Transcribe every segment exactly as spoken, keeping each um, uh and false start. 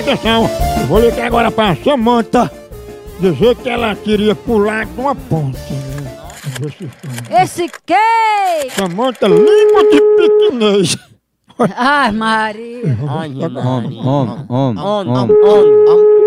atenção. Eu vou ligar agora pra Samanta dizer que ela queria pular de uma ponte. Né? Esse que? Samanta, língua de piquinês. Ai, Maria. Ai, Maria. Homem, homem, homem, Homem, homem. homem, homem.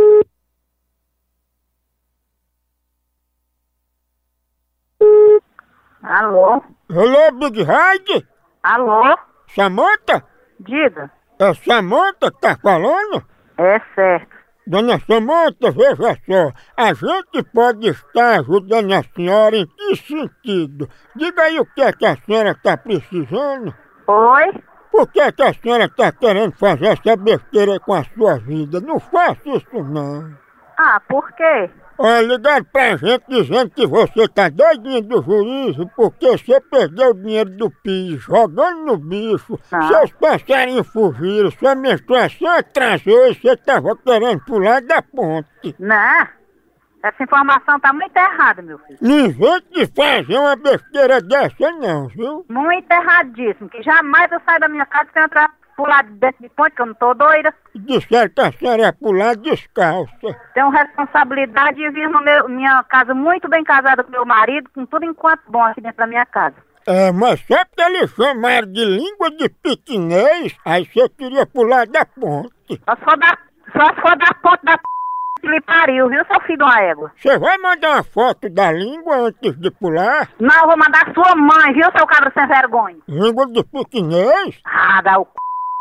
Alô? Alô, Big Ride? Alô? Samanta? Diga. É Samanta que tá falando? É certo. Dona Samanta, veja só, a gente pode estar ajudando a senhora em que sentido? Diga aí o que é que a senhora está precisando. Oi? Por que é que a senhora está querendo fazer essa besteira com a sua vida? Não faça isso não. Ah, por quê? Olha, ligaram pra gente dizendo que você tá doidinho do juízo porque você perdeu o dinheiro do P I S jogando no bicho. Ah. Seus passarinhos fugiram, sua menstruação atrasou e você tava querendo pular da ponte. Não. Essa informação tá muito errada, meu filho. Não invente de fazer uma besteira dessa não, viu? Muito erradíssimo. Que jamais eu saio da minha casa sem entrar pular dentro de ponte, que eu não tô doida. Disseram que a senhora ia pular descalça. Tenho responsabilidade de vir na minha casa muito bem casada com meu marido, com tudo enquanto bom aqui dentro da minha casa. É, mas só porque eles chamaram de língua de piquinês, aí você queria pular da ponte. Só se for da, só se for da ponte da p... que lhe pariu, viu, seu filho de uma égua? Você vai mandar uma foto da língua antes de pular? Não, eu vou mandar sua mãe, viu, seu cabra sem vergonha? Língua de piquinês? Ah, dá o c...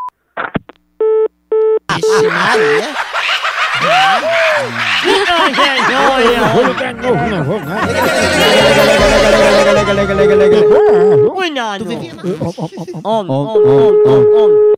Ixi, Maria. Vou ligar de novo, não vou não. Cuidado. Homem, Homem, homem, homem, homem, homem.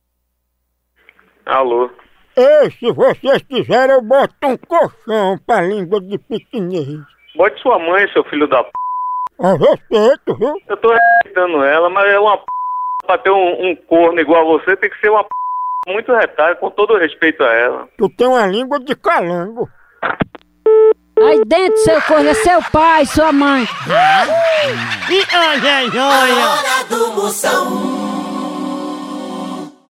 Alô? Ei, se vocês quiserem eu boto um colchão pra língua de piquinês. Bote sua mãe, seu filho da p... A respeito, viu? Eu tô respeitando ela, mas é uma p... Pra ter um, um corno igual a você, tem que ser uma p... muito retalho, com todo respeito a ela. Tu tem uma língua de calango. Aí dentro, seu corno, é seu pai, sua mãe. E olha, olha. Hora do Moção.